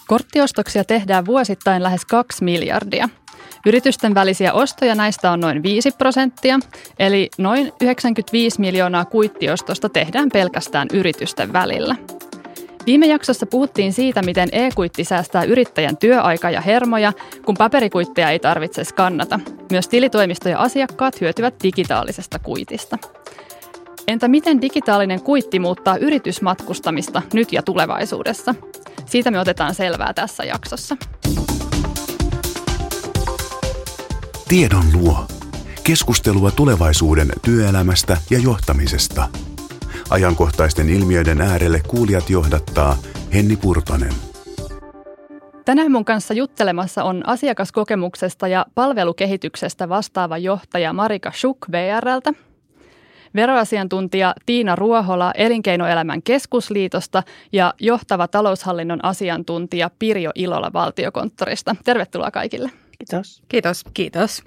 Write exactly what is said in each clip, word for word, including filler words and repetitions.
Korttiostoksia tehdään vuosittain lähes kaksi miljardia. Yritysten välisiä ostoja näistä on noin viisi prosenttia, eli noin yhdeksänkymmentäviisi miljoonaa kuittiostosta tehdään pelkästään yritysten välillä. Viime jaksossa puhuttiin siitä, miten e-kuitti säästää yrittäjän työaikaa ja hermoja, kun paperikuitteja ei tarvitse skannata. Myös tilitoimisto ja asiakkaat hyötyvät digitaalisesta kuitista. Entä miten digitaalinen kuitti muuttaa yritysmatkustamista nyt ja tulevaisuudessa? Siitä me otetaan selvää tässä jaksossa. Tiedon luo. Keskustelua tulevaisuuden työelämästä ja johtamisesta. Ajankohtaisten ilmiöiden äärelle kuulijat johdattaa Henni Purtonen. Tänään mun kanssa juttelemassa on asiakaskokemuksesta ja palvelukehityksestä vastaava johtaja Marika Schuck V R:ltä, veroasiantuntija Tiina Ruohola Elinkeinoelämän keskusliitosta ja johtava taloushallinnon asiantuntija Pirjo Ilola Valtiokonttorista. Tervetuloa kaikille. Kiitos. Kiitos. Kiitos.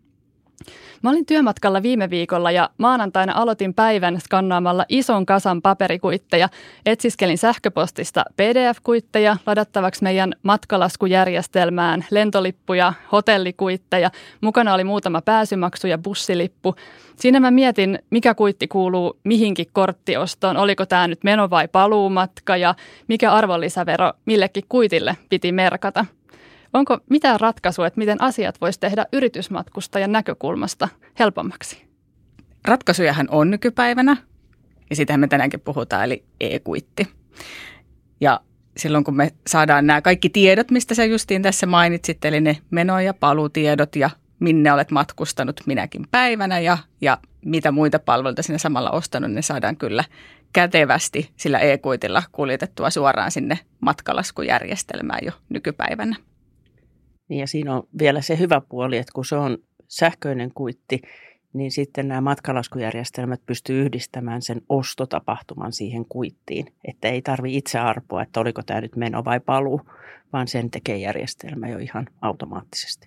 Mä olin työmatkalla viime viikolla ja maanantaina aloitin päivän skannaamalla ison kasan paperikuitteja. Etsiskelin sähköpostista P D F-kuitteja ladattavaksi meidän matkalaskujärjestelmään, lentolippuja, hotellikuitteja. Mukana oli muutama pääsymaksu ja bussilippu. Siinä mä mietin, mikä kuitti kuuluu mihinkin korttiostoon. Oliko tämä nyt meno- vai paluumatka ja mikä arvonlisävero millekin kuitille piti merkata. Onko mitään ratkaisua, että miten asiat voisi tehdä yritysmatkustajan näkökulmasta helpommaksi? Ratkaisujahan on nykypäivänä, ja sitähän me tänäänkin puhutaan, eli e-kuitti. Ja silloin kun me saadaan nämä kaikki tiedot, mistä sä justiin tässä mainitsit, eli ne meno- ja paluutiedot ja minne olet matkustanut minäkin päivänä ja, ja mitä muita palveluita sinne samalla ostanut, ne saadaan kyllä kätevästi sillä e-kuitilla kuljetettua suoraan sinne matkalaskujärjestelmään jo nykypäivänä. Ja siinä on vielä se hyvä puoli, että kun se on sähköinen kuitti, niin sitten nämä matkalaskujärjestelmät pystyy yhdistämään sen ostotapahtuman siihen kuittiin. Että ei tarvitse itse arpoa, että oliko tämä nyt meno vai paluu, vaan sen tekee järjestelmä jo ihan automaattisesti.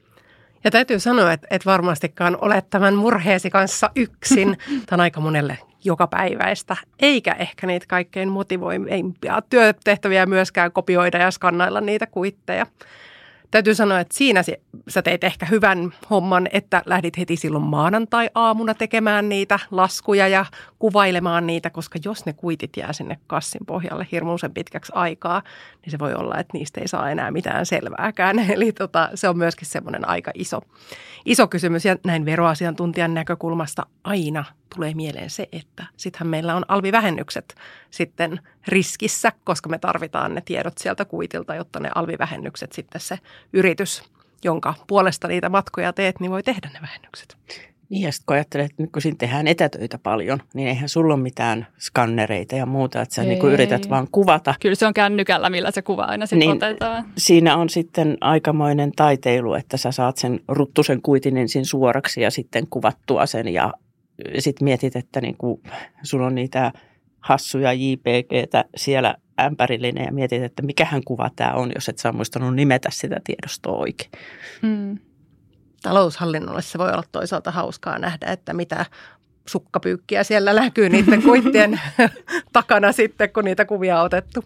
Ja täytyy sanoa, että et varmastikaan olet tämän murheesi kanssa yksin. Tämä on aika monelle jokapäiväistä, eikä ehkä niitä kaikkein motivoivimpia työtehtäviä myöskään kopioida ja skannailla niitä kuitteja. Täytyy sanoa, että siinä sä teit ehkä hyvän homman, että lähdit heti silloin maanantai-aamuna tekemään niitä laskuja ja kuvailemaan niitä, koska jos ne kuitit jää sinne kassin pohjalle hirmuisen pitkäksi aikaa, niin se voi olla, että niistä ei saa enää mitään selvääkään. Eli tota, se on myöskin semmoinen aika iso, iso kysymys ja näin veroasiantuntijan näkökulmasta aina tulee mieleen se, että sittenhän meillä on alvivähennykset sitten riskissä, koska me tarvitaan ne tiedot sieltä kuitilta, jotta ne alvivähennykset sitten se yritys, jonka puolesta niitä matkoja teet, niin voi tehdä ne vähennykset. Niin ja sitten kun ajattelet, että nyt kun siinä tehdään etätöitä paljon, niin eihän sulla ole mitään skannereita ja muuta, että sä niin kuin yrität vaan kuvata. Kyllä se on kännykällä, millä se kuva aina sitten niin otetaan. Siinä on sitten aikamoinen taiteilu, että sä saat sen ruttusen kuitin ensin suoraksi ja sitten kuvattua sen ja sitten mietit, että niin kuin sulla on niitä hassuja J P G:tä siellä ämpärillinen ja mietit, että mikähän kuva tämä on, jos et sä muistanut nimetä sitä tiedostoa oikein. Mm. Taloushallinnolle se voi olla toisaalta hauskaa nähdä, että mitä sukkapyykkiä siellä näkyy niiden kuittien takana sitten, kun niitä kuvia on otettu.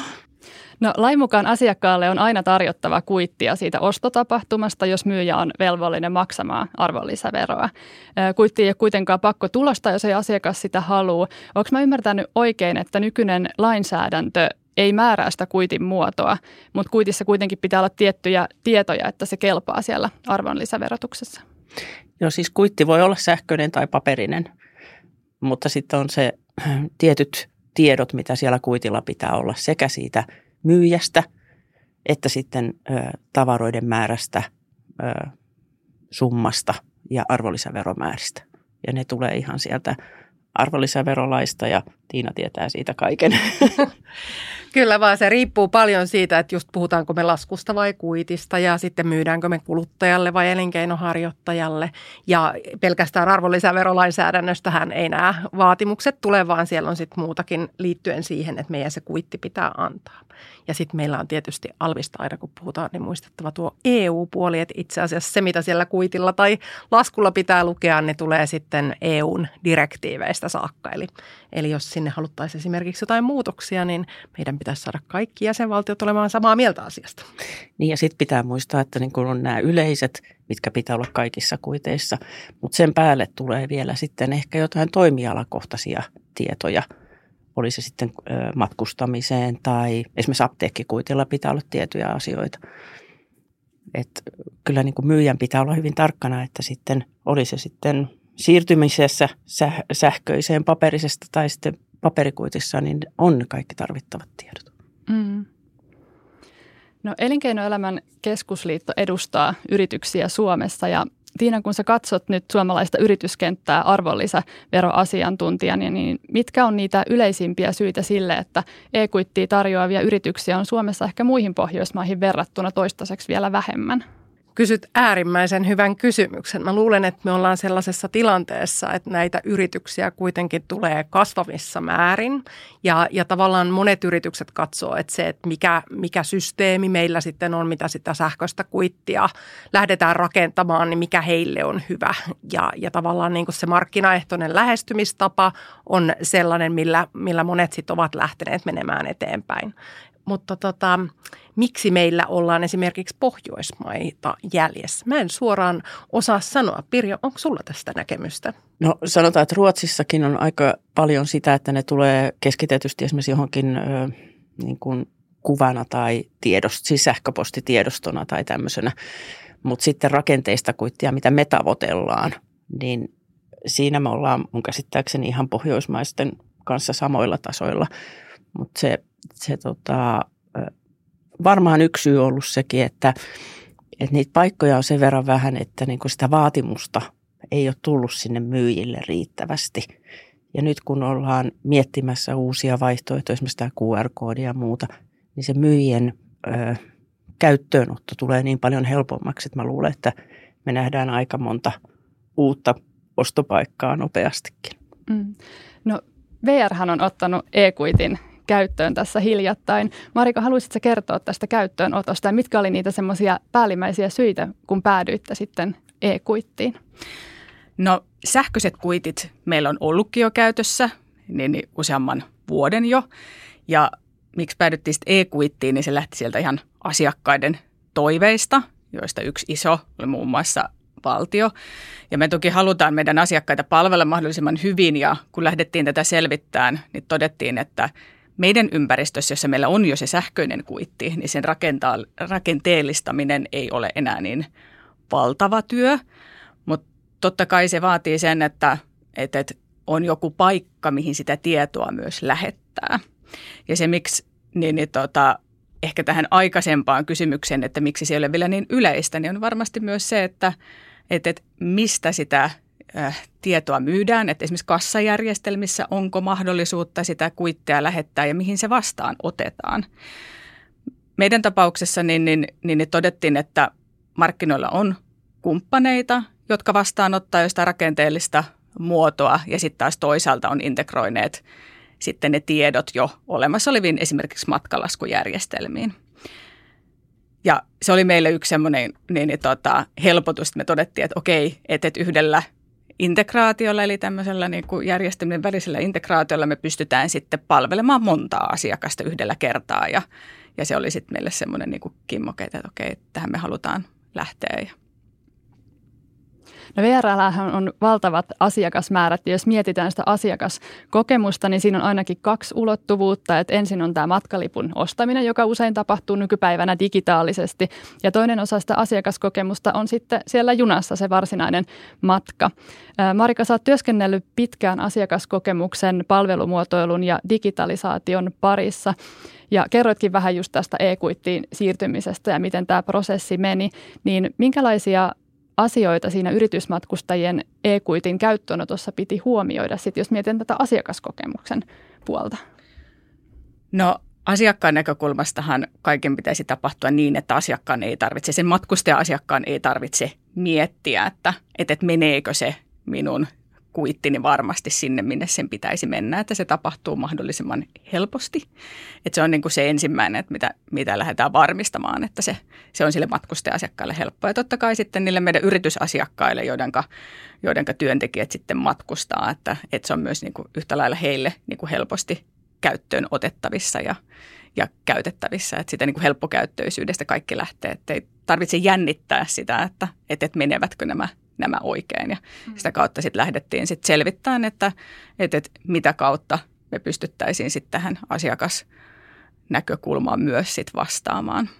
No lain mukaan asiakkaalle on aina tarjottava kuittia siitä ostotapahtumasta, jos myyjä on velvollinen maksamaan arvonlisäveroa. Kuitti ei ole kuitenkaan pakko tulosta, jos ei asiakas sitä halua. Onko mä ymmärtänyt oikein, että nykyinen lainsäädäntö ei määrää sitä kuitin muotoa, mutta kuitissa kuitenkin pitää olla tiettyjä tietoja, että se kelpaa siellä arvonlisäverotuksessa? Joo, siis kuitti voi olla sähköinen tai paperinen, mutta sitten on se tietyt tiedot, mitä siellä kuitilla pitää olla sekä siitä myyjästä, että sitten ö, tavaroiden määrästä, ö, summasta ja arvonlisäveromääristä. Ja ne tulee ihan sieltä arvonlisäverolaista ja Tiina tietää siitä kaiken. Kyllä vaan se riippuu paljon siitä, että just puhutaanko me laskusta vai kuitista ja sitten myydäänkö me kuluttajalle vai elinkeinoharjoittajalle. Ja pelkästään arvonlisäverolainsäädännöstähän ei nämä vaatimukset tule, vaan siellä on sitten muutakin liittyen siihen, että meidän se kuitti pitää antaa. Ja sitten meillä on tietysti alvista aina, kun puhutaan, niin muistettava tuo E U-puoli, että itse asiassa se, mitä siellä kuitilla tai laskulla pitää lukea, ne tulee sitten E U:n direktiiveistä saakka. Eli, eli jos sinne haluttaisiin esimerkiksi jotain muutoksia, niin meidän pitäisi saada kaikki jäsenvaltiot olemaan samaa mieltä asiasta. Niin ja sitten pitää muistaa, että niin kun on nämä yleiset, mitkä pitää olla kaikissa kuiteissa, mutta sen päälle tulee vielä sitten ehkä jotain toimialakohtaisia tietoja. Oli se sitten matkustamiseen tai esimerkiksi apteekkikuitilla pitää olla tiettyjä asioita. Et kyllä niin kuin myyjän pitää olla hyvin tarkkana, että sitten oli se sitten siirtymisessä sähköiseen paperisesta tai sitten paperikuitissa, niin on kaikki tarvittavat tiedot. Mm. No Elinkeinoelämän keskusliitto edustaa yrityksiä Suomessa ja Tiina, kun sä katsot nyt suomalaista yrityskenttää arvonlisäveroasiantuntijana, niin mitkä on niitä yleisimpiä syitä sille, että e-kuittia tarjoavia yrityksiä on Suomessa ehkä muihin Pohjoismaihin verrattuna toistaiseksi vielä vähemmän? Kysyt äärimmäisen hyvän kysymyksen. Mä luulen, että me ollaan sellaisessa tilanteessa, että näitä yrityksiä kuitenkin tulee kasvavissa määrin. Ja, ja tavallaan monet yritykset katsoo, että se, että mikä, mikä systeemi meillä sitten on, mitä sitä sähköistä kuittia lähdetään rakentamaan, niin mikä heille on hyvä. Ja, ja tavallaan niin kuin se markkinaehtoinen lähestymistapa on sellainen, millä, millä monet sitten ovat lähteneet menemään eteenpäin. Mutta tota, miksi meillä ollaan esimerkiksi Pohjoismaita jäljessä? Mä en suoraan osaa sanoa. Pirjo, onko sulla tästä näkemystä? No sanotaan, että Ruotsissakin on aika paljon sitä, että ne tulee keskitetysti esimerkiksi johonkin ö, niin kuin kuvana tai tiedost, siis sähköpostitiedostona tai tämmöisenä. Mutta sitten rakenteista kuittia, mitä me tavoitellaan, niin siinä me ollaan mun käsittääkseni ihan pohjoismaisten kanssa samoilla tasoilla. Mutta se, se tota, varmaan yksi syy on ollut sekin, että, että niitä paikkoja on sen verran vähän, että niinku sitä vaatimusta ei ole tullut sinne myyjille riittävästi. Ja nyt kun ollaan miettimässä uusia vaihtoehtoja, esimerkiksi tämä Q R-koodi ja muuta, niin se myyjien ö, käyttöönotto tulee niin paljon helpommaksi, että mä luulen, että me nähdään aika monta uutta ostopaikkaa nopeastikin. Mm. No V R:hän on ottanut e-kuitin käyttöön tässä hiljattain. Marika, haluaisitko kertoa tästä käyttöönotosta ja mitkä oli niitä semmoisia päällimmäisiä syitä, kun päädyitte sitten e-kuittiin? No sähköiset kuitit meillä on ollutkin jo käytössä niin useamman vuoden jo ja miksi päädyttiin sitten e-kuittiin, niin se lähti sieltä ihan asiakkaiden toiveista, joista yksi iso oli muun muassa valtio. Ja me toki halutaan meidän asiakkaita palvella mahdollisimman hyvin ja kun lähdettiin tätä selvittämään, niin todettiin, että meidän ympäristössä, jossa meillä on jo se sähköinen kuitti, niin sen rakenteellistaminen ei ole enää niin valtava työ. Mutta totta kai se vaatii sen, että, että on joku paikka, mihin sitä tietoa myös lähettää. Ja se miksi, niin, niin tota, ehkä tähän aikaisempaan kysymykseen, että miksi se ei ole vielä niin yleistä, niin on varmasti myös se, että, että, että mistä sitä tietoa myydään, että esimerkiksi kassajärjestelmissä onko mahdollisuutta sitä kuittia lähettää ja mihin se vastaan otetaan. Meidän tapauksessa niin, niin, niin todettiin, että markkinoilla on kumppaneita, jotka vastaanottaa jostain rakenteellista muotoa ja sitten taas toisaalta on integroineet sitten ne tiedot jo olemassa oleviin esimerkiksi matkalaskujärjestelmiin. Ja se oli meille yksi semmoinen niin, niin, tota, helpotus, että me todettiin, että okei, että, että yhdellä integraatiolla, eli tämmöisellä niin kuin järjestelmien välisellä integraatiolla me pystytään sitten palvelemaan montaa asiakasta yhdellä kertaa. Ja, ja se oli sitten meille semmoinen niin kuin kimmoke, että okei, tähän me halutaan lähteä. No V R:llähän on valtavat asiakasmäärät ja jos mietitään sitä asiakaskokemusta, niin siinä on ainakin kaksi ulottuvuutta. Että ensin on tämä matkalipun ostaminen, joka usein tapahtuu nykypäivänä digitaalisesti ja toinen osa sitä asiakaskokemusta on sitten siellä junassa se varsinainen matka. Marika, sä oot työskennellyt pitkään asiakaskokemuksen, palvelumuotoilun ja digitalisaation parissa. Ja kerroitkin vähän just tästä e-kuittiin siirtymisestä ja miten tämä prosessi meni, niin minkälaisia asioita siinä yritysmatkustajien e-kuitin käyttöönotossa piti huomioida, sit jos mietin tätä asiakaskokemuksen puolta? No asiakkaan näkökulmastahan kaiken pitäisi tapahtua niin, että asiakkaan ei tarvitse, sen matkustaja-asiakkaan ei tarvitse miettiä, että, että meneekö se minun kuitti niin varmasti sinne, minne sen pitäisi mennä, että se tapahtuu mahdollisimman helposti. Että se on niin kuin se ensimmäinen, että mitä, mitä lähdetään varmistamaan, että se, se on sille matkustaja-asiakkaalle helppoa. Ja totta kai sitten niille meidän yritysasiakkaille, joidenka, joidenka työntekijät sitten matkustaa, että, että se on myös niin kuin yhtä lailla heille niin kuin helposti käyttöön otettavissa ja, ja käytettävissä. Että sitä niin kuin helppokäyttöisyydestä kaikki lähtee, että ei tarvitse jännittää sitä, että, että, että menevätkö nämä nämä oikein. Ja sitä kautta sitten lähdettiin sitten selvittämään, että, että, että mitä kautta me pystyttäisiin sitten tähän asiakasnäkökulmaan myös sitten vastaamaan.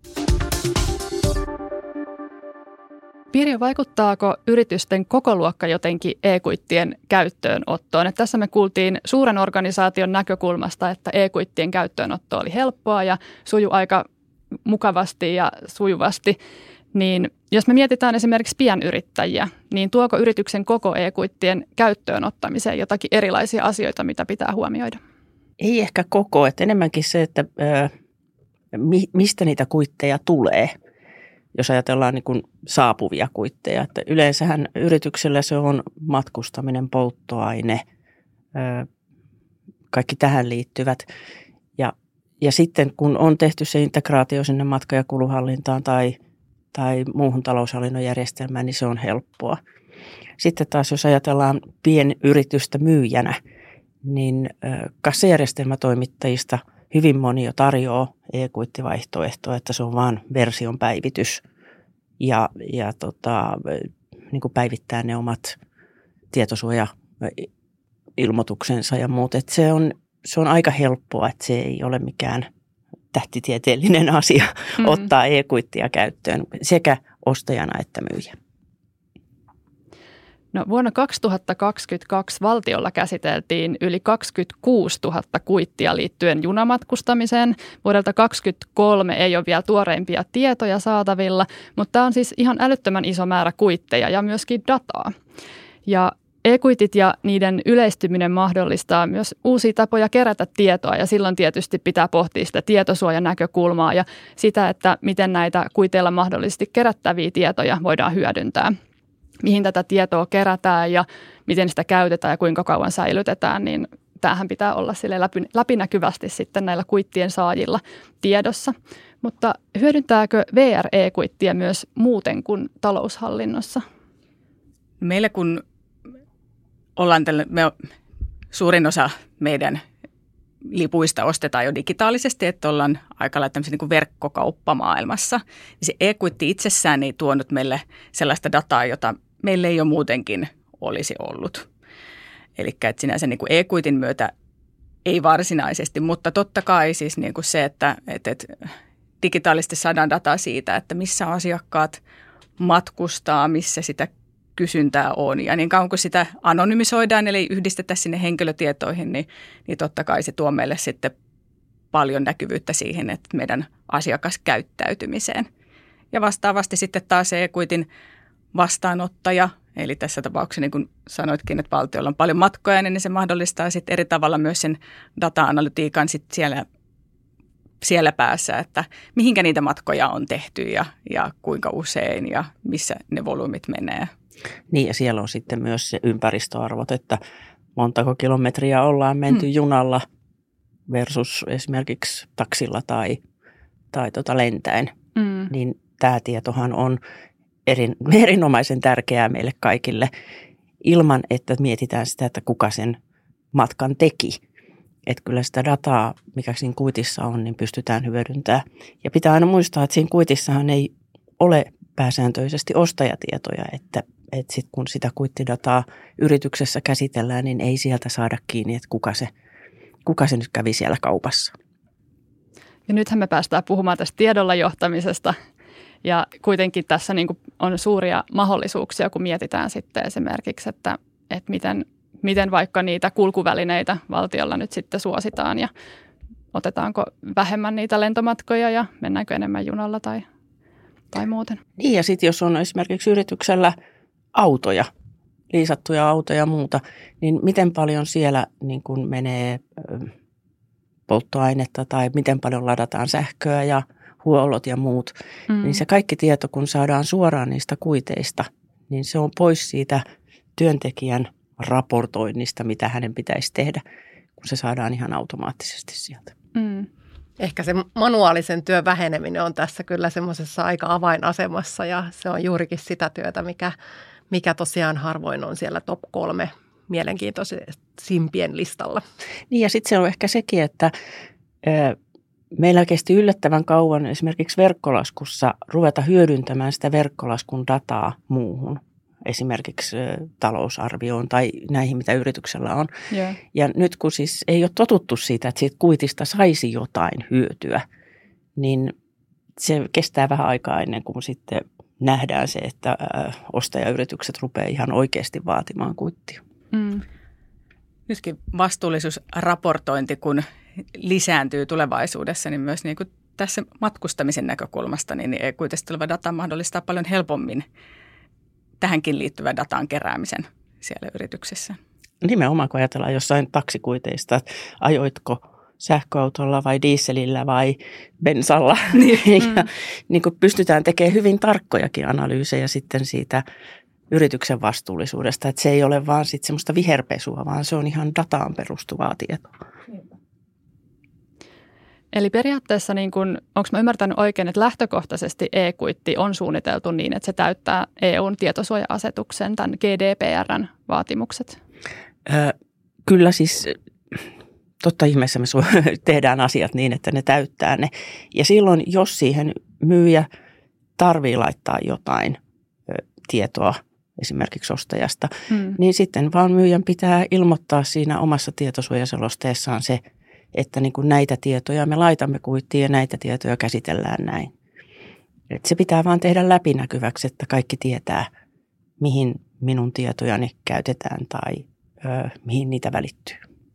Pirjo, vaikuttaako yritysten kokoluokka jotenkin e-kuittien käyttöönottoon? Että tässä me kuultiin suuren organisaation näkökulmasta, että e-kuittien käyttöönotto oli helppoa ja sujui aika mukavasti ja sujuvasti. Niin jos me mietitään esimerkiksi pienyrittäjiä, niin tuoko yrityksen koko e-kuittien käyttöön ottamiseen jotakin erilaisia asioita, mitä pitää huomioida? Ei ehkä koko, että enemmänkin se, että ö, mi, mistä niitä kuitteja tulee, jos ajatellaan niin kuin saapuvia kuitteja. Että yleensähän yrityksellä se on matkustaminen, polttoaine, ö, kaikki tähän liittyvät. Ja, ja sitten kun on tehty se integraatio sinne matka- ja kuluhallintaan tai tai muuhun taloushallinnon järjestelmään, niin se on helppoa. Sitten taas, jos ajatellaan pienyritystä myyjänä, niin kassajärjestelmätoimittajista hyvin moni jo tarjoaa e-kuittivaihtoehtoa, että se on vain version päivitys ja, ja tota, niin kuin päivittää ne omat tietosuoja-ilmoituksensa ja muut. Että se on, se on aika helppoa, että se ei ole mikään tähtitieteellinen asia mm-hmm. ottaa e-kuittia käyttöön sekä ostajana että myyjä. No, vuonna kaksituhattakaksikymmentäkaksi valtiolla käsiteltiin yli kaksikymmentäkuusituhatta kuittia liittyen junamatkustamiseen. Vuodelta kaksituhattakaksikymmentäkolme ei ole vielä tuoreimpia tietoja saatavilla, mutta tämä on siis ihan älyttömän iso määrä kuitteja ja myöskin dataa. Ja e-kuitit ja niiden yleistyminen mahdollistaa myös uusia tapoja kerätä tietoa ja silloin tietysti pitää pohtia sitä tietosuojan näkökulmaa ja sitä, että miten näitä kuiteilla mahdollisesti kerättäviä tietoja voidaan hyödyntää. Mihin tätä tietoa kerätään ja miten sitä käytetään ja kuinka kauan säilytetään, niin tämähän pitää olla sille läpinäkyvästi sitten näillä kuittien saajilla tiedossa. Mutta hyödyntääkö V R e-kuittia myös muuten kuin taloushallinnossa? Meillä kun ollaan tällä, me, suurin osa meidän lipuista ostetaan jo digitaalisesti, että ollaan aika lailla tämmöisen niin kuin verkkokauppamaailmassa. Niin se e-kuitti itsessään ei tuonut meille sellaista dataa, jota meille ei jo muutenkin olisi ollut. Eli että sinänsä niin kuin e-kuitin myötä ei varsinaisesti, mutta totta kai siis niin kuin se, että, että, että digitaalisesti saadaan dataa siitä, että missä asiakkaat matkustaa, missä sitä kysyntää on. Ja niin kauan kun sitä anonymisoidaan, eli yhdistetään sinne henkilötietoihin, niin, niin totta kai se tuo meille sitten paljon näkyvyyttä siihen, että meidän asiakaskäyttäytymiseen. Ja vastaavasti sitten taas e-kuitin vastaanottaja, eli tässä tapauksessa niin kuin sanoitkin, että valtiolla on paljon matkoja, niin se mahdollistaa sitten eri tavalla myös sen data-analytiikan sitten siellä, siellä päässä, että mihinkä niitä matkoja on tehty ja, ja kuinka usein ja missä ne volyymit menee. Niin ja siellä on sitten myös se ympäristöarvot, että montako kilometriä ollaan menty hmm. junalla versus esimerkiksi taksilla tai, tai tota lentäen. Hmm. Niin tämä tietohan on erin, erinomaisen tärkeää meille kaikille ilman, että mietitään sitä, että kuka sen matkan teki. Että kyllä sitä dataa, mikä siinä kuitissa on, niin pystytään hyödyntämään. Ja pitää aina muistaa, että siinä kuitissahan ei ole pääsääntöisesti ostajatietoja, että että sitten kun sitä kuittidataa yrityksessä käsitellään, niin ei sieltä saada kiinni, että kuka se, kuka se nyt kävi siellä kaupassa. Ja nythän me päästään puhumaan tästä tiedolla johtamisesta ja kuitenkin tässä niin kuin on suuria mahdollisuuksia, kun mietitään sitten esimerkiksi, että, että miten, miten vaikka niitä kulkuvälineitä valtiolla nyt sitten suositaan ja otetaanko vähemmän niitä lentomatkoja ja mennäänkö enemmän junalla tai, tai muuten. Niin ja sitten jos on esimerkiksi yrityksellä autoja, liisattuja autoja ja muuta, niin miten paljon siellä niin kun menee ö, polttoainetta tai miten paljon ladataan sähköä ja huollot ja muut, mm. niin se kaikki tieto, kun saadaan suoraan niistä kuiteista, niin se on pois siitä työntekijän raportoinnista, mitä hänen pitäisi tehdä, kun se saadaan ihan automaattisesti sieltä. Mm. Ehkä se manuaalisen työn väheneminen on tässä kyllä semmoisessa aika avainasemassa ja se on juurikin sitä työtä, mikä, mikä tosiaan harvoin on siellä top kolme mielenkiintoisimpien listalla. Niin ja sitten se on ehkä sekin, että ö, meillä kesti yllättävän kauan esimerkiksi verkkolaskussa ruveta hyödyntämään sitä verkkolaskun dataa muuhun. Esimerkiksi ö, talousarvioon tai näihin, mitä yrityksellä on. Yeah. Ja nyt kun siis ei ole totuttu siitä, että siitä kuitista saisi jotain hyötyä, niin se kestää vähän aikaa ennen kuin sitten nähdään se, että ö, ostajayritykset rupeaa ihan oikeasti vaatimaan kuittia. Mm. Nytkin vastuullisuusraportointi, kun lisääntyy tulevaisuudessa, niin myös niin kuin tässä matkustamisen näkökulmasta, niin e-kuitista oleva data mahdollistaa paljon helpommin tähänkin liittyvän datan keräämisen siellä yrityksessä. Nimenomaan, kun ajatellaan jossain taksikuiteista, että ajoitko sähköautolla vai dieselillä vai bensalla. Niin, ja, niin kuin pystytään tekemään hyvin tarkkojakin analyysejä sitten siitä yrityksen vastuullisuudesta. Että se ei ole vaan sitten semmoista viherpesua, vaan se on ihan dataan perustuvaa tietoa. Eli periaatteessa, niin kun, onko mä ymmärtänyt oikein, että lähtökohtaisesti e-kuitti on suunniteltu niin, että se täyttää E U:n tietosuoja-asetuksen, tämän G D P R:n vaatimukset? Ö, kyllä siis, totta ihmeessä me tehdään asiat niin, että ne täyttää ne. Ja silloin, jos siihen myyjä tarvii laittaa jotain ö, tietoa esimerkiksi ostajasta, hmm. niin sitten vaan myyjän pitää ilmoittaa siinä omassa tietosuojaselosteessaan se, että niin kuin näitä tietoja me laitamme kuittiin ja näitä tietoja käsitellään näin. Et se pitää vaan tehdä läpinäkyväksi, että kaikki tietää, mihin minun tietojani käytetään tai ö, mihin niitä välittyy.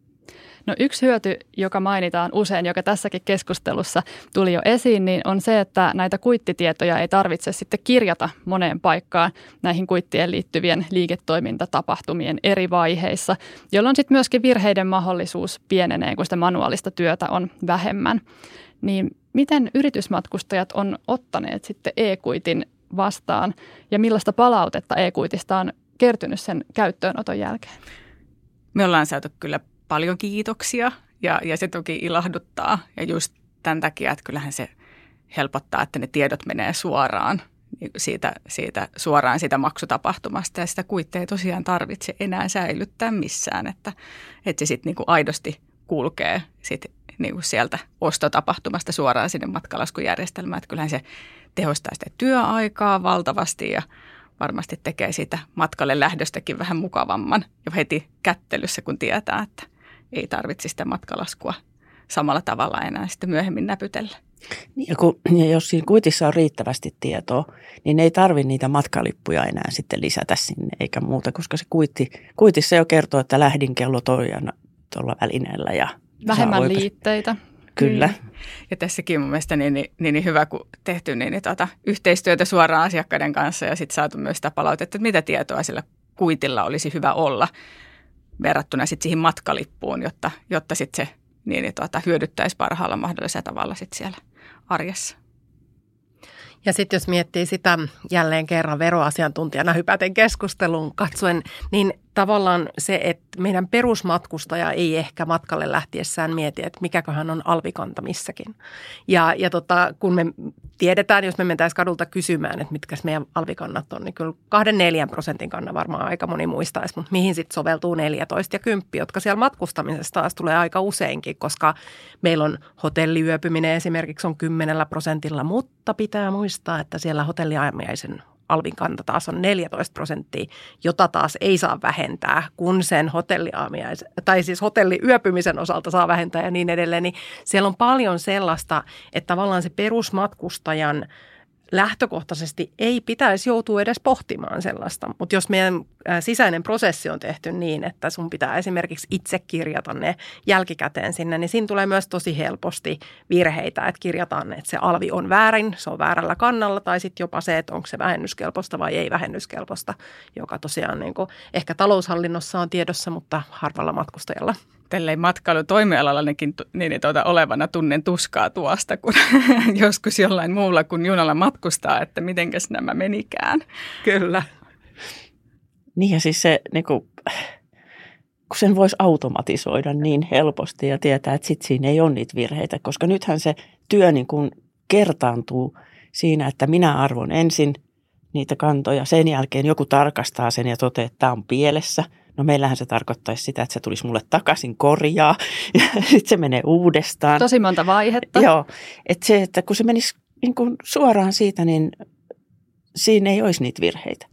No yksi hyöty, joka mainitaan usein, joka tässäkin keskustelussa tuli jo esiin, niin on se, että näitä kuittitietoja ei tarvitse sitten kirjata moneen paikkaan näihin kuittien liittyvien liiketoimintatapahtumien eri vaiheissa, jolloin sitten myöskin virheiden mahdollisuus pienenee, kun sitä manuaalista työtä on vähemmän. Niin miten yritysmatkustajat on ottaneet sitten e-kuitin vastaan ja millaista palautetta e-kuitista on kertynyt sen käyttöönoton jälkeen? Me ollaan saatu kyllä paljon kiitoksia ja, ja se toki ilahduttaa ja just tämän takia, että kyllähän se helpottaa, että ne tiedot menee suoraan siitä, siitä, suoraan siitä maksutapahtumasta ja sitä kuittia ei tosiaan tarvitse enää säilyttää missään, että, että se sitten niinku aidosti kulkee sit niinku sieltä ostotapahtumasta suoraan sinne matkalaskujärjestelmään, että kyllähän se tehostaa sitä työaikaa valtavasti ja varmasti tekee siitä matkalle lähdöstäkin vähän mukavamman jo heti kättelyssä, kun tietää, että ei tarvitse sitä matkalaskua samalla tavalla enää sitten myöhemmin näpytellä. Ja, kun, ja jos siinä kuitissa on riittävästi tietoa, niin ei tarvitse niitä matkalippuja enää sitten lisätä sinne eikä muuta, koska se kuitti, kuitissa jo kertoo, että lähdin kello tuolla välineellä. Ja vähemmän oikein liitteitä. Kyllä. Mm. Ja tässäkin mun mielestä niin, niin, niin hyvä, kun tehty niin, niin, tuota, yhteistyötä suoraan asiakkaiden kanssa ja sitten saatu myös sitä palautetta, että mitä tietoa sillä kuitilla olisi hyvä olla verrattuna sitten siihen matkalippuun, jotta, jotta sitten se niin, niin, tuota, hyödyttäisi parhaalla mahdollisella tavalla sitten siellä arjessa. Ja sitten jos miettii sitä jälleen kerran veroasiantuntijana hypäten keskustelun katsoen, niin tavallaan se, että meidän perusmatkustaja ei ehkä matkalle lähtiessään mieti, että mikäköhän on alvikanta missäkin. Ja, ja tota, kun me tiedetään, jos me mentäisiin kadulta kysymään, että mitkä meidän alvikannat on, niin kyllä kahden neljän prosentin kannan varmaan aika moni muistaisi, mutta mihin sitten soveltuu neljätoista ja kymmenen, jotka siellä matkustamisessa taas tulee aika useinkin, koska meillä on hotelliyöpyminen esimerkiksi on kymmenellä prosentilla, mutta pitää muistaa, että siellä hotelliaamiaisen alvin kanta taas on neljätoista prosenttia, jota taas ei saa vähentää, kun sen hotelliaamiaisen, tai siis hotelliyöpymisen osalta saa vähentää ja niin edelleen. Niin siellä on paljon sellaista, että tavallaan se perusmatkustajan lähtökohtaisesti ei pitäisi joutua edes pohtimaan sellaista. Mutta jos meidän sisäinen prosessi on tehty niin, että sun pitää esimerkiksi itse kirjata ne jälkikäteen sinne, niin siinä tulee myös tosi helposti virheitä, että kirjataan, että se alvi on väärin, se on väärällä kannalla, tai sitten jopa se, että onko se vähennyskelpoista vai ei vähennyskelpoista, joka tosiaan niin kuin ehkä taloushallinnossa on tiedossa, mutta harvalla matkustajalla. Tälleen matkailutoimialalla nekin niin tuota, olevana tunnen tuskaa tuosta, kun joskus jollain muulla kuin junalla matkustaa, että mitenkäs nämä menikään. Kyllä. Niin ja siis se niin kuin, kun sen voisi automatisoida niin helposti ja tietää, että sitten siinä ei ole niitä virheitä, koska nythän se työ niin kuin kertaantuu siinä, että minä arvon ensin niitä kantoja, sen jälkeen joku tarkastaa sen ja toteaa, että tämä on pielessä. No meillähän se tarkoittaisi sitä, että se tulisi mulle takaisin korjaa ja sitten se menee uudestaan. Tosi monta vaihetta. Joo, että se, että kun se menisi niin kuin suoraan siitä, niin siinä ei olisi niitä virheitä.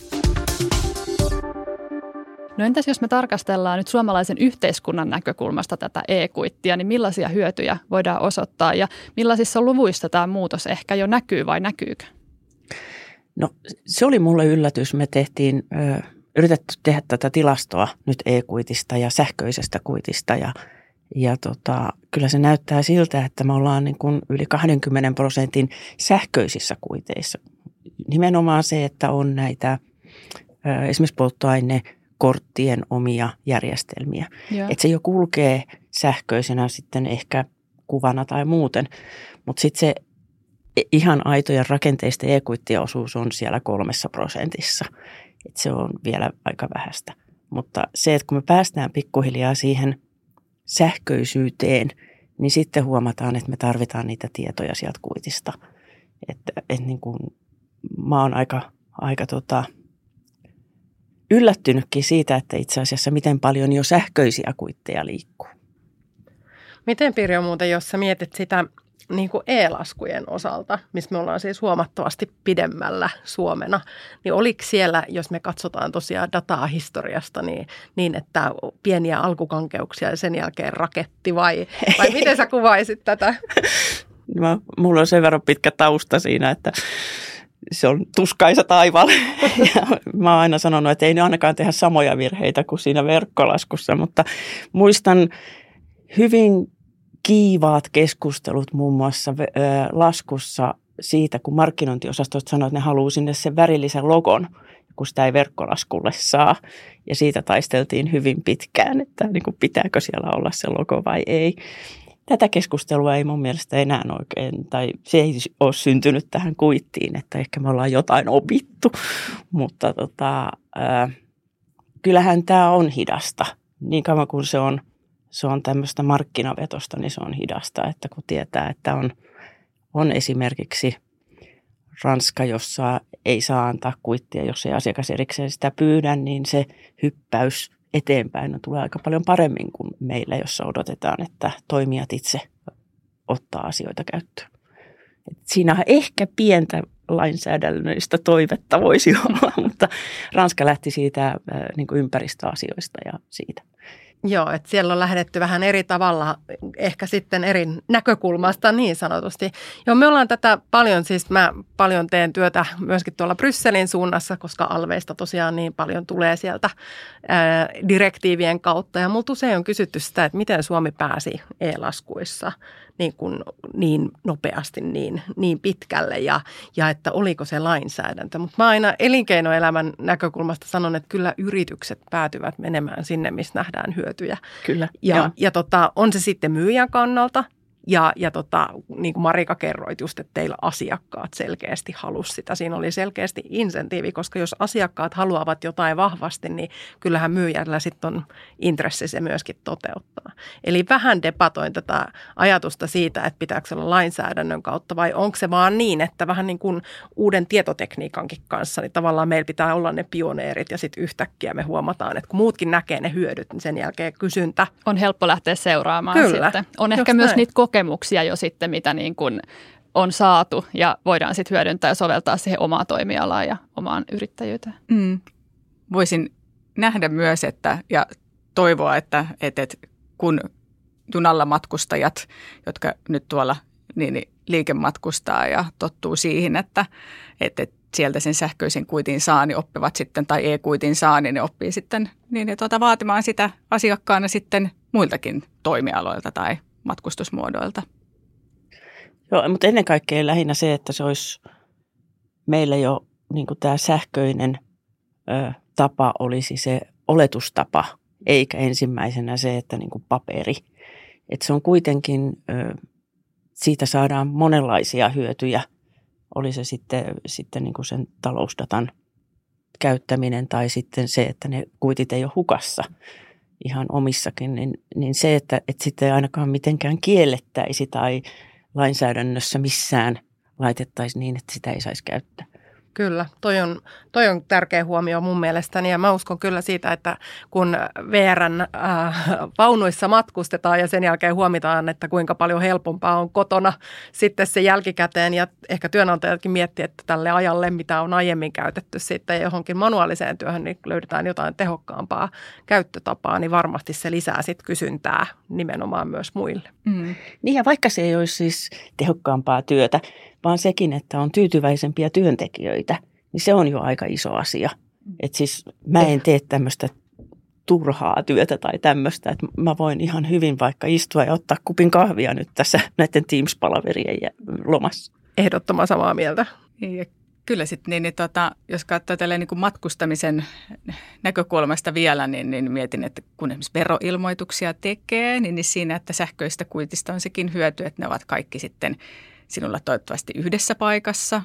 No entäs jos me tarkastellaan nyt suomalaisen yhteiskunnan näkökulmasta tätä e-kuittia, niin millaisia hyötyjä voidaan osoittaa ja millaisissa luvuissa tämä muutos ehkä jo näkyy vai näkyykö? No se oli mulle yllätys. Me tehtiin, ö, yritetty tehdä tätä tilastoa nyt e-kuitista ja sähköisestä kuitista ja, ja tota, kyllä se näyttää siltä, että me ollaan niin kuin yli kaksikymmentä prosentin sähköisissä kuiteissa. Nimenomaan se, että on näitä ö, esimerkiksi polttoainekorttien omia järjestelmiä. Että se jo kulkee sähköisenä sitten ehkä kuvana tai muuten, mutta sitten se ihan aitojen rakenteisten e-kuittien osuus on siellä kolmessa prosentissa. Et se on vielä aika vähäistä. Mutta se, että kun me päästään pikkuhiljaa siihen sähköisyyteen, niin sitten huomataan, että me tarvitaan niitä tietoja sieltä kuitista. Että et niin kuin, mä oon aika, aika tota, yllättynytkin siitä, että itse asiassa miten paljon jo sähköisiä kuitteja liikkuu. Miten Pirjo muuten, jos sä mietit sitä niin kuin e-laskujen osalta, missä me ollaan siis huomattavasti pidemmällä Suomena, niin oliko siellä, jos me katsotaan tosiaan dataa historiasta, niin, niin että pieniä alkukankeuksia ja sen jälkeen raketti vai, vai miten sä kuvaisit tätä? Mä, mulla on sen verran pitkä tausta siinä, että se on tuskaisa taivaalla. Mä oon aina sanonut, että ei ne ainakaan tehdä samoja virheitä kuin siinä verkkolaskussa, mutta muistan hyvin kiivaat keskustelut muun muassa ö, laskussa siitä, kun markkinointiosastot sanoi, että ne haluaa sinne sen värillisen logon, kun sitä ei verkkolaskulle saa. Ja siitä taisteltiin hyvin pitkään, että niin kuin pitääkö siellä olla se logo vai ei. Tätä keskustelua ei mun mielestä enää oikein, tai se ei ole syntynyt tähän kuittiin, että ehkä me ollaan jotain opittu. Mutta tota, ö, kyllähän tämä on hidasta, niin kauan kuin se on. Se on tämmöistä markkinavetosta, niin se on hidasta, että kun tietää, että on, on esimerkiksi Ranska, jossa ei saa antaa kuittia, jos ei asiakas erikseen sitä pyydä, niin se hyppäys eteenpäin tulee aika paljon paremmin kuin meillä, jossa odotetaan, että toimijat itse ottaa asioita käyttöön. Et siinä ehkä pientä lainsäädännöllistä toivetta voisi olla, mutta Ranska lähti siitä niin kuin ympäristöasioista ja siitä. Joo, että siellä on lähdetty vähän eri tavalla, ehkä sitten eri näkökulmasta niin sanotusti. Joo, me ollaan tätä paljon, siis mä paljon teen työtä myöskin tuolla Brysselin suunnassa, koska alveista tosiaan niin paljon tulee sieltä ää, direktiivien kautta. Ja multa usein on kysytty sitä, että miten Suomi pääsi e-laskuissa niin, kuin, niin nopeasti, niin, niin pitkälle ja, ja että oliko se lainsäädäntö. Mutta mä aina elinkeinoelämän näkökulmasta sanon, että kyllä yritykset päätyvät menemään sinne, missä nähdään hyötyjä. Kyllä. Ja, ja tota, on se sitten myyjän kannalta. Ja, ja tota, niin kuin Marika kerroit just, että teillä asiakkaat selkeästi halusi sitä. Siinä oli selkeästi insentiivi, koska jos asiakkaat haluavat jotain vahvasti, niin kyllähän myyjällä sitten on intressi se myöskin toteuttaa. Eli vähän debatoin tätä ajatusta siitä, että pitääkö se olla lainsäädännön kautta vai onko se vaan niin, että vähän niin kuin uuden tietotekniikankin kanssa, niin tavallaan meillä pitää olla ne pioneerit ja sitten yhtäkkiä me huomataan, että kun muutkin näkee ne hyödyt, niin sen jälkeen kysyntä. On helppo lähteä seuraamaan Kyllä. sitten. On ehkä myös niitä kokemuksia jo sitten, mitä niin kuin on saatu ja voidaan sitten hyödyntää ja soveltaa siihen omaa toimialaa ja omaan yrittäjyyteen. Mm. Voisin nähdä myös että, ja toivoa, että, että, että kun junalla matkustajat, jotka nyt tuolla niin liikematkustaa ja tottuu siihen, että, että sieltä sen sähköisen kuitin saa, niin oppivat sitten, tai e-kuitin saa, niin ne oppii sitten niin, ja tuota, vaatimaan sitä asiakkaana sitten muiltakin toimialoilta tai matkustusmuodoilta. Joo, mutta ennen kaikkea lähinnä se, että se olisi meillä jo niin kuin tämä sähköinen ö, tapa olisi se oletustapa, eikä ensimmäisenä se, että niin kuin paperi. Että se on kuitenkin, ö, siitä saadaan monenlaisia hyötyjä, oli se sitten, sitten niin kuin sen talousdatan käyttäminen tai sitten se, että ne kuitit ei ole hukassa. ihan omissakin, niin, niin se, että, että sitten ei ainakaan mitenkään kiellettäisi tai lainsäädännössä missään laitettaisiin niin, että sitä ei saisi käyttää. Kyllä, toi on, toi on tärkeä huomio mun mielestäni ja mä uskon kyllä siitä, että kun V R:n äh, vaunuissa matkustetaan ja sen jälkeen huomitaan, että kuinka paljon helpompaa on kotona sitten se jälkikäteen ja ehkä työnantajatkin miettii, että tälle ajalle, mitä on aiemmin käytetty sitten johonkin manuaaliseen työhön, niin löydetään jotain tehokkaampaa käyttötapaa, niin varmasti se lisää sitten kysyntää nimenomaan myös muille. Mm. Niin ja vaikka se ei olisi siis tehokkaampaa työtä, vaan sekin, että on tyytyväisempiä työntekijöitä, niin se on jo aika iso asia. Että siis mä en tee tämmöistä turhaa työtä tai tämmöistä, että mä voin ihan hyvin vaikka istua ja ottaa kupin kahvia nyt tässä näiden Teams-palaverien lomassa. Ehdottoman samaa mieltä. Ja kyllä sitten, niin, niin, tota, jos katsoo tälleen niin kuin matkustamisen näkökulmasta vielä, niin, niin mietin, että kun esimerkiksi veroilmoituksia tekee, niin, niin siinä, että sähköistä kuitista on sekin hyöty, että ne ovat kaikki sitten sinulla toivottavasti yhdessä paikassa.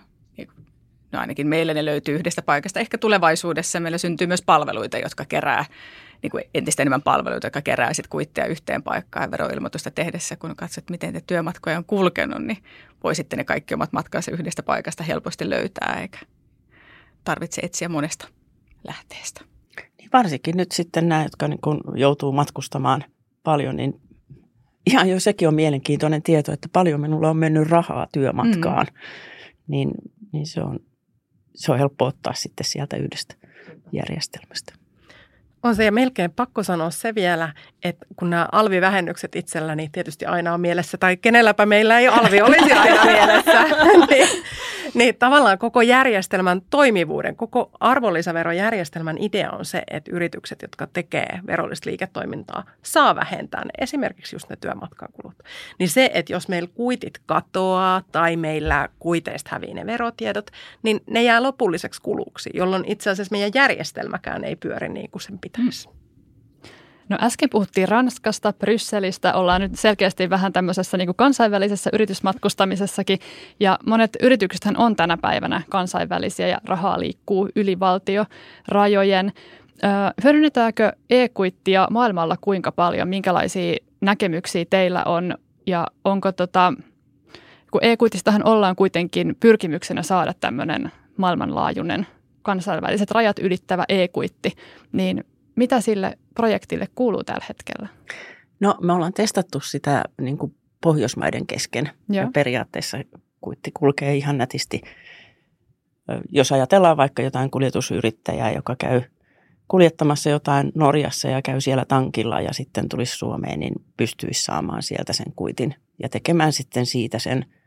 No ainakin meillä ne löytyy yhdestä paikasta. Ehkä tulevaisuudessa meillä syntyy myös palveluita, jotka kerää, niin kuin entistä enemmän palveluita, jotka kerää sitten kuitteja yhteen paikkaan ja veroilmoitusta tehdessä. Kun katsot, miten te työmatkoja on kulkenut, niin voi sitten ne kaikki omat matkansa yhdestä paikasta helposti löytää, eikä tarvitse etsiä monesta lähteestä. Niin varsinkin nyt sitten nämä, jotka niin kun joutuu matkustamaan paljon, niin ihan jo sekin on mielenkiintoinen tieto, että paljon minulla on mennyt rahaa työmatkaan, mm. niin, niin se, on, se on helppo ottaa sitten sieltä yhdestä järjestelmästä. On se ja melkein pakko sanoa se vielä, että kun nämä alvivähennykset itselläni tietysti aina on mielessä, tai kenelläpä meillä ei alvi olisi aina mielessä, niin, niin tavallaan koko järjestelmän toimivuuden, koko arvonlisäverojärjestelmän idea on se, että yritykset, jotka tekee verollista liiketoimintaa, saa vähentää ne, esimerkiksi just ne työmatkakulut. Niin se, että jos meillä kuitit katoaa tai meillä kuiteista hävii ne verotiedot, niin ne jää lopulliseksi kuluksi, jolloin itse asiassa meidän järjestelmäkään ei pyöri niin kuin sen pitäisi. No äsken puhuttiin Ranskasta, Brysselistä, ollaan nyt selkeästi vähän tämmöisessä niin kuin kansainvälisessä yritysmatkustamisessakin ja monet yrityksethän on tänä päivänä kansainvälisiä ja rahaa liikkuu yli valtiorajojen. Hyödynnetäänkö e-kuittia maailmalla kuinka paljon? Minkälaisia näkemyksiä teillä on ja onko tota, kun e-kuitistahan ollaan kuitenkin pyrkimyksenä saada tämmöinen maailmanlaajuinen kansainväliset rajat ylittävä e-kuitti, niin mitä sille projektille kuuluu tällä hetkellä? No me ollaan testattu sitä niin kuin Pohjoismaiden kesken Joo. ja periaatteessa kuitti kulkee ihan nätisti. Jos ajatellaan vaikka jotain kuljetusyrittäjää, joka käy kuljettamassa jotain Norjassa ja käy siellä tankilla ja sitten tulisi Suomeen, niin pystyisi saamaan sieltä sen kuitin ja tekemään sitten siitä sen ö,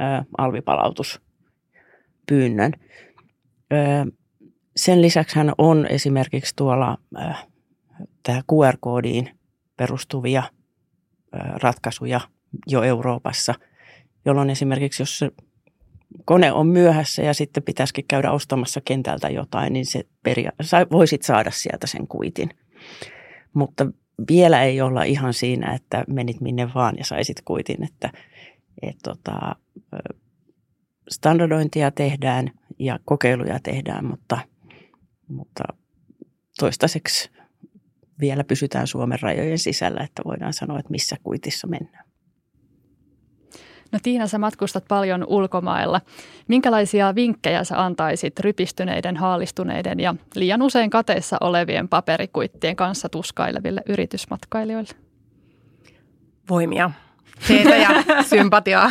alvipalautuspyynnön. Ö, Sen lisäksi hän on esimerkiksi tuolla äh, tämä Q R-koodiin perustuvia äh, ratkaisuja jo Euroopassa, jolloin esimerkiksi jos se kone on myöhässä ja sitten pitäisikin käydä ostamassa kentältä jotain, niin se peria- voisit saada sieltä sen kuitin. Mutta vielä ei olla ihan siinä, että menit minne vaan ja saisit kuitin, että et, tota, standardointia tehdään ja kokeiluja tehdään, mutta Mutta toistaiseksi vielä pysytään Suomen rajojen sisällä, että voidaan sanoa, että missä kuitissa mennään. No Tiina, sä matkustat paljon ulkomailla. Minkälaisia vinkkejä sä antaisit rypistyneiden, haalistuneiden ja liian usein kateissa olevien paperikuittien kanssa tuskaileville yritysmatkailijoille? Voimia, teetä ja sympatiaa.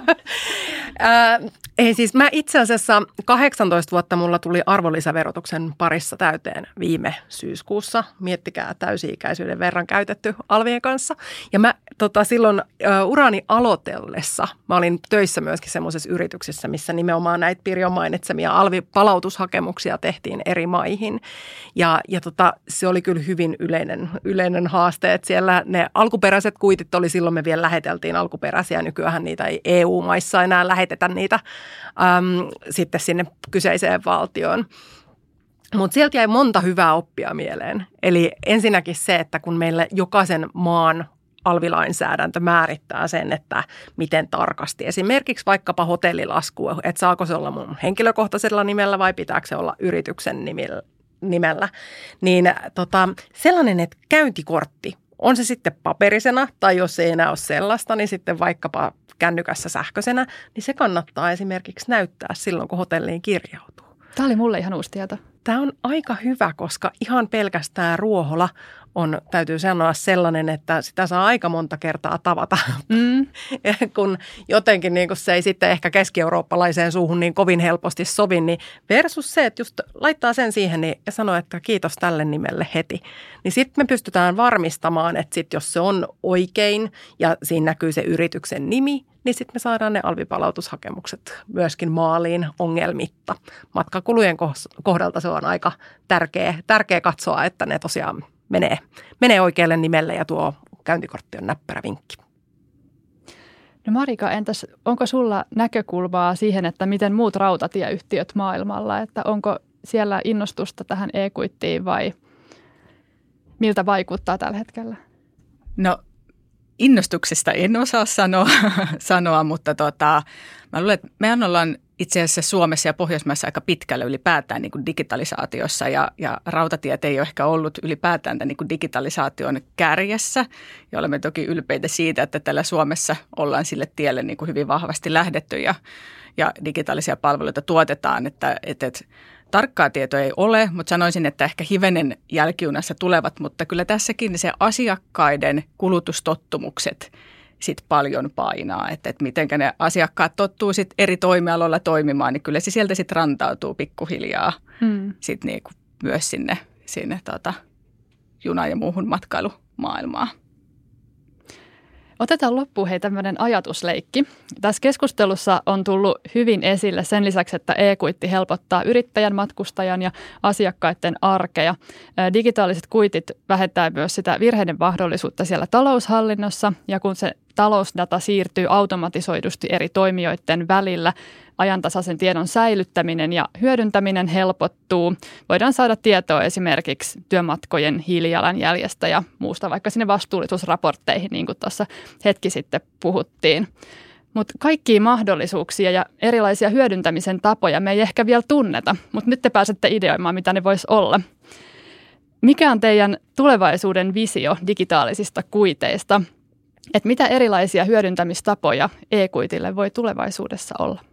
Ei siis mä itse asiassa kahdeksantoista vuotta mulla tuli arvonlisäverotuksen parissa täyteen viime syyskuussa. Miettikää täysi-ikäisyyden verran käytetty alvien kanssa. Ja mä tota, silloin uh, urani aloitellessa, mä olin töissä myöskin semmoisessa yrityksessä, missä nimenomaan näitä Pirjon mainitsemia alvipalautushakemuksia tehtiin eri maihin. Ja, ja tota, se oli kyllä hyvin yleinen, yleinen haaste, että siellä ne alkuperäiset kuitit oli silloin, me vielä läheteltiin alkuperäisiä. Nykyään niitä ei E U-maissa enää lähetetä niitä äm, sitten sinne kyseiseen valtioon. Mutta sieltä jäi monta hyvää oppia mieleen. Eli ensinnäkin se, että kun meillä jokaisen maan alvilainsäädäntö määrittää sen, että miten tarkasti. Esimerkiksi vaikkapa hotellilasku, että saako se olla mun henkilökohtaisella nimellä vai pitääkö se olla yrityksen nimellä, niin tota, sellainen, että käyntikortti, on se sitten paperisena tai jos ei enää ole sellaista, niin sitten vaikkapa kännykässä sähköisenä, niin se kannattaa esimerkiksi näyttää silloin, kun hotelliin kirjautuu. Tämä oli mulle ihan uusi tieto. Tämä on aika hyvä, koska ihan pelkästään ruohola on, täytyy sanoa, sellainen, että sitä saa aika monta kertaa tavata, mm. kun jotenkin niin kun se ei sitten ehkä keski-eurooppalaiseen suuhun niin kovin helposti sovi, niin versus se, että just laittaa sen siihen niin, ja sanoo, että kiitos tälle nimelle heti, niin sitten me pystytään varmistamaan, että sit jos se on oikein ja siinä näkyy se yrityksen nimi, niin sitten me saadaan ne alvipalautushakemukset myöskin maaliin ongelmitta. Matkakulujen kohdalta se on aika tärkeä, tärkeä katsoa, että ne tosiaan menee, menee oikealle nimelle ja tuo käyntikortti on näppärä vinkki. No Marika, entäs onko sulla näkökulmaa siihen, että miten muut rautatieyhtiöt maailmalla, että onko siellä innostusta tähän e-kuittiin vai miltä vaikuttaa tällä hetkellä? No innostuksesta en osaa sanoa, sanoa mutta tota, mä luulen, että mehän ollaan itse asiassa Suomessa ja Pohjoismaissa aika pitkällä ylipäätään niin kuin digitalisaatiossa ja, ja rautatiet ei ole ehkä ollut ylipäätään tämän niin kuin digitalisaation kärjessä. Ja olemme toki ylpeitä siitä, että täällä Suomessa ollaan sille tielle niin kuin hyvin vahvasti lähdetty ja, ja digitaalisia palveluita tuotetaan, että, että, että tarkkaa tietoa ei ole, mutta sanoisin, että ehkä hivenen jälkijunassa tulevat, mutta kyllä tässäkin se asiakkaiden kulutustottumukset sit paljon painaa, että, että miten ne asiakkaat tottuu sit eri toimialoilla toimimaan, niin kyllä se sieltä sitten rantautuu pikkuhiljaa mm. sit niinku myös sinne, sinne tota, juna- ja muuhun matkailumaailmaan. Otetaan loppuun hei tämmöinen ajatusleikki. Tässä keskustelussa on tullut hyvin esille sen lisäksi, että e-kuitti helpottaa yrittäjän, matkustajan ja asiakkaiden arkea. Digitaaliset kuitit vähentää myös sitä virheiden mahdollisuutta siellä taloushallinnossa ja kun se talousdata siirtyy automatisoidusti eri toimijoiden välillä, ajantasaisen tiedon säilyttäminen ja hyödyntäminen helpottuu. Voidaan saada tietoa esimerkiksi työmatkojen hiilijalanjäljestä ja muusta, vaikka sinne vastuullisuusraportteihin, niin kuin tuossa hetki sitten puhuttiin. Mutta kaikkia mahdollisuuksia ja erilaisia hyödyntämisen tapoja me ei ehkä vielä tunneta, mutta nyt te pääsette ideoimaan, mitä ne vois olla. Mikä on teidän tulevaisuuden visio digitaalisista kuiteista? Että mitä erilaisia hyödyntämistapoja e-kuitille voi tulevaisuudessa olla?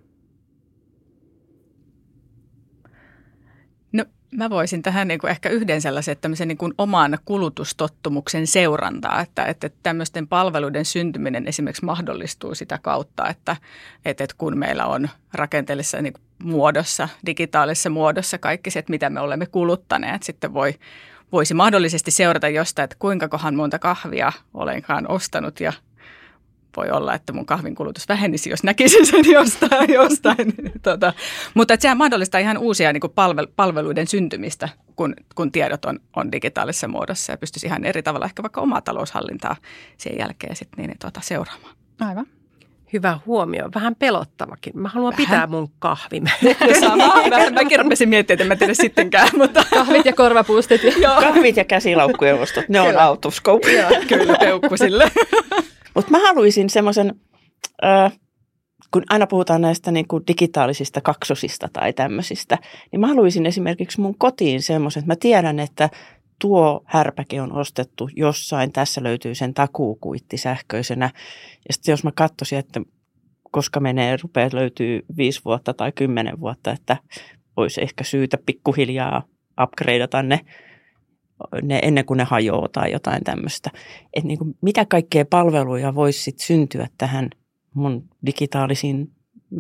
No mä voisin tähän niin kuin ehkä yhden sellaisen tämmöisen niin kuin oman kulutustottumuksen seurantaa, että, että tämmöisten palveluiden syntyminen esimerkiksi mahdollistuu sitä kautta, että, että kun meillä on rakenteellisessa niin kuin muodossa, digitaalisessa muodossa kaikki se, että mitä me olemme kuluttaneet, sitten voi Voisi mahdollisesti seurata jostain, että kuinka kohan monta kahvia olenkaan ostanut ja voi olla, että mun kahvin kulutus vähenisi, jos näkisin sen jostain. jostain. tota. Mutta että sehän mahdollistaa ihan uusia niin kuin palvelu, palveluiden syntymistä, kun, kun tiedot on, on digitaalisessa muodossa ja pystyisi ihan eri tavalla ehkä vaikka omaa taloushallintaa sen jälkeen sit niin, niin, tuota, seuraamaan. Aivan. Hyvä huomio. Vähän pelottavakin. Mä haluan Vähän. pitää mun kahvin. Sama. Vähän. Mäkin rupesin miettimään, että en mä tiedä sittenkään. Mutta. Kahvit ja korvapuustit. Kahvit ja käsilaukkujen ostot, ne on out of scope. Kyllä, peukku sille. Mutta mä haluaisin semmoisen, äh, kun aina puhutaan näistä niin kuin digitaalisista kaksosista tai tämmöisistä, niin mä haluaisin esimerkiksi mun kotiin semmoisen, että mä tiedän, että tuo härpäke on ostettu jossain, tässä löytyy sen takuukuitti sähköisenä. Ja sitten jos mä katsoisin, että koska menee, rupeaa löytyy viisi vuotta tai kymmenen vuotta, että olisi ehkä syytä pikkuhiljaa upgradeata ne, ne ennen kuin ne hajoaa tai jotain tämmöistä. Että niin kuin mitä kaikkea palveluja voisi sitten syntyä tähän mun digitaalisiin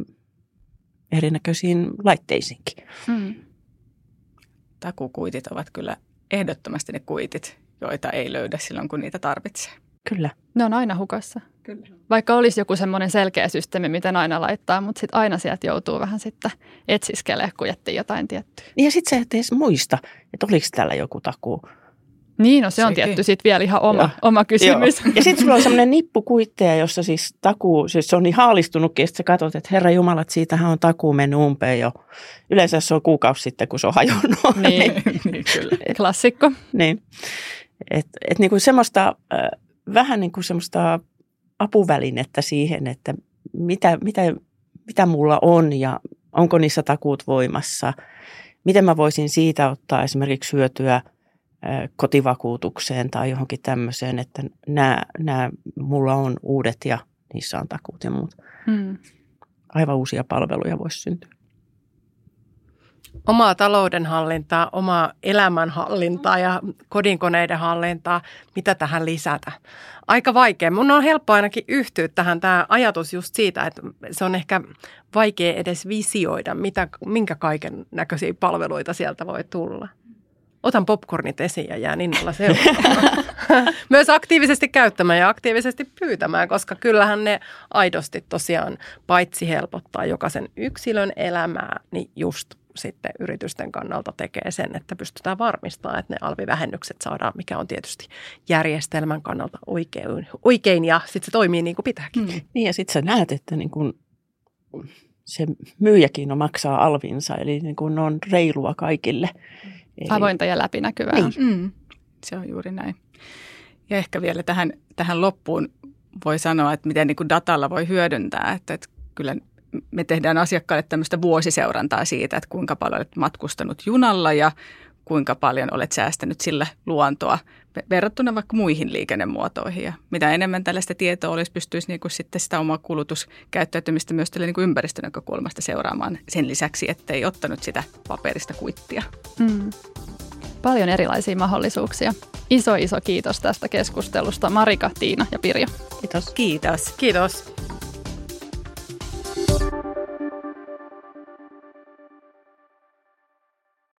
erinäköisiin laitteisiinkin. Hmm. Takuukuitit ovat kyllä ehdottomasti ne kuitit, joita ei löydä silloin, kun niitä tarvitsee. Kyllä. Ne on aina hukassa. Kyllä. Vaikka olisi joku semmoinen selkeä systeemi, miten aina laittaa, mutta sitten aina sieltä joutuu vähän sitten etsiskelemään, kun jättii jotain tiettyä. Ja sitten sä et edes muista, että oliko täällä joku takuu. Niin, no se on Sekin. tietty sitten vielä ihan oma, oma kysymys. Joo. Ja sitten sulla on semmoinen nippu kuitteja, jossa siis takuu, siis se on niin haalistunutkin, että sä katsot, että herra jumala, että siitähän on takuu mennyt umpeen jo. Yleensä se on kuukausi sitten, kun se on hajonnut. Niin, niin kyllä. Klassikko. Niin, että et niinku semmoista, äh, vähän niin kuin semmoista apuvälinettä siihen, että mitä, mitä, mitä mulla on ja onko niissä takuut voimassa. miten mä voisin siitä ottaa esimerkiksi hyötyä kotivakuutukseen tai johonkin tämmöiseen, että nämä, nämä mulla on uudet ja niissä on takuut ja muut. Hmm. Aivan uusia palveluja voisi syntyä. Omaa taloudenhallintaa, omaa elämänhallintaa ja kodinkoneiden hallintaa, mitä tähän lisätä? Aika vaikea. Mun on helppo ainakin yhtyä tähän tämä ajatus just siitä, että se on ehkä vaikea edes visioida, mitä, minkä kaiken näköisiä palveluita sieltä voi tulla. Otan popcornit esiin ja jään innolla seuraamaan. Myös aktiivisesti käyttämään ja aktiivisesti pyytämään, koska kyllähän ne aidosti tosiaan paitsi helpottaa jokaisen yksilön elämää, niin just sitten yritysten kannalta tekee sen, että pystytään varmistamaan, että ne alvivähennykset saadaan, mikä on tietysti järjestelmän kannalta oikein, oikein ja sitten se toimii niin kuin pitääkin. Mm. Niin ja sitten sä näet, että niin kun se myyjäkin on maksaa alvinsa, eli niin kun ne on reilua kaikille. Eli... Avointa ja läpinäkyvää. Niin. Mm, se on juuri näin. Ja ehkä vielä tähän, tähän loppuun voi sanoa, että miten niin kuin datalla voi hyödyntää, että, että kyllä me tehdään asiakkaille tämmöistä vuosiseurantaa siitä, että kuinka paljon olet matkustanut junalla ja kuinka paljon olet säästänyt sillä luontoa verrattuna vaikka muihin liikennemuotoihin. Ja mitä enemmän tällaista tietoa olisi, pystyisi niin kuin sitten sitä omaa kulutuskäyttäytymistä myös niin kuin ympäristön näkökulmasta seuraamaan sen lisäksi, ettei ottanut sitä paperista kuittia. Mm. Paljon erilaisia mahdollisuuksia. Iso, iso kiitos tästä keskustelusta. Marika, Tiina ja Pirjo. Kiitos. Kiitos. Kiitos.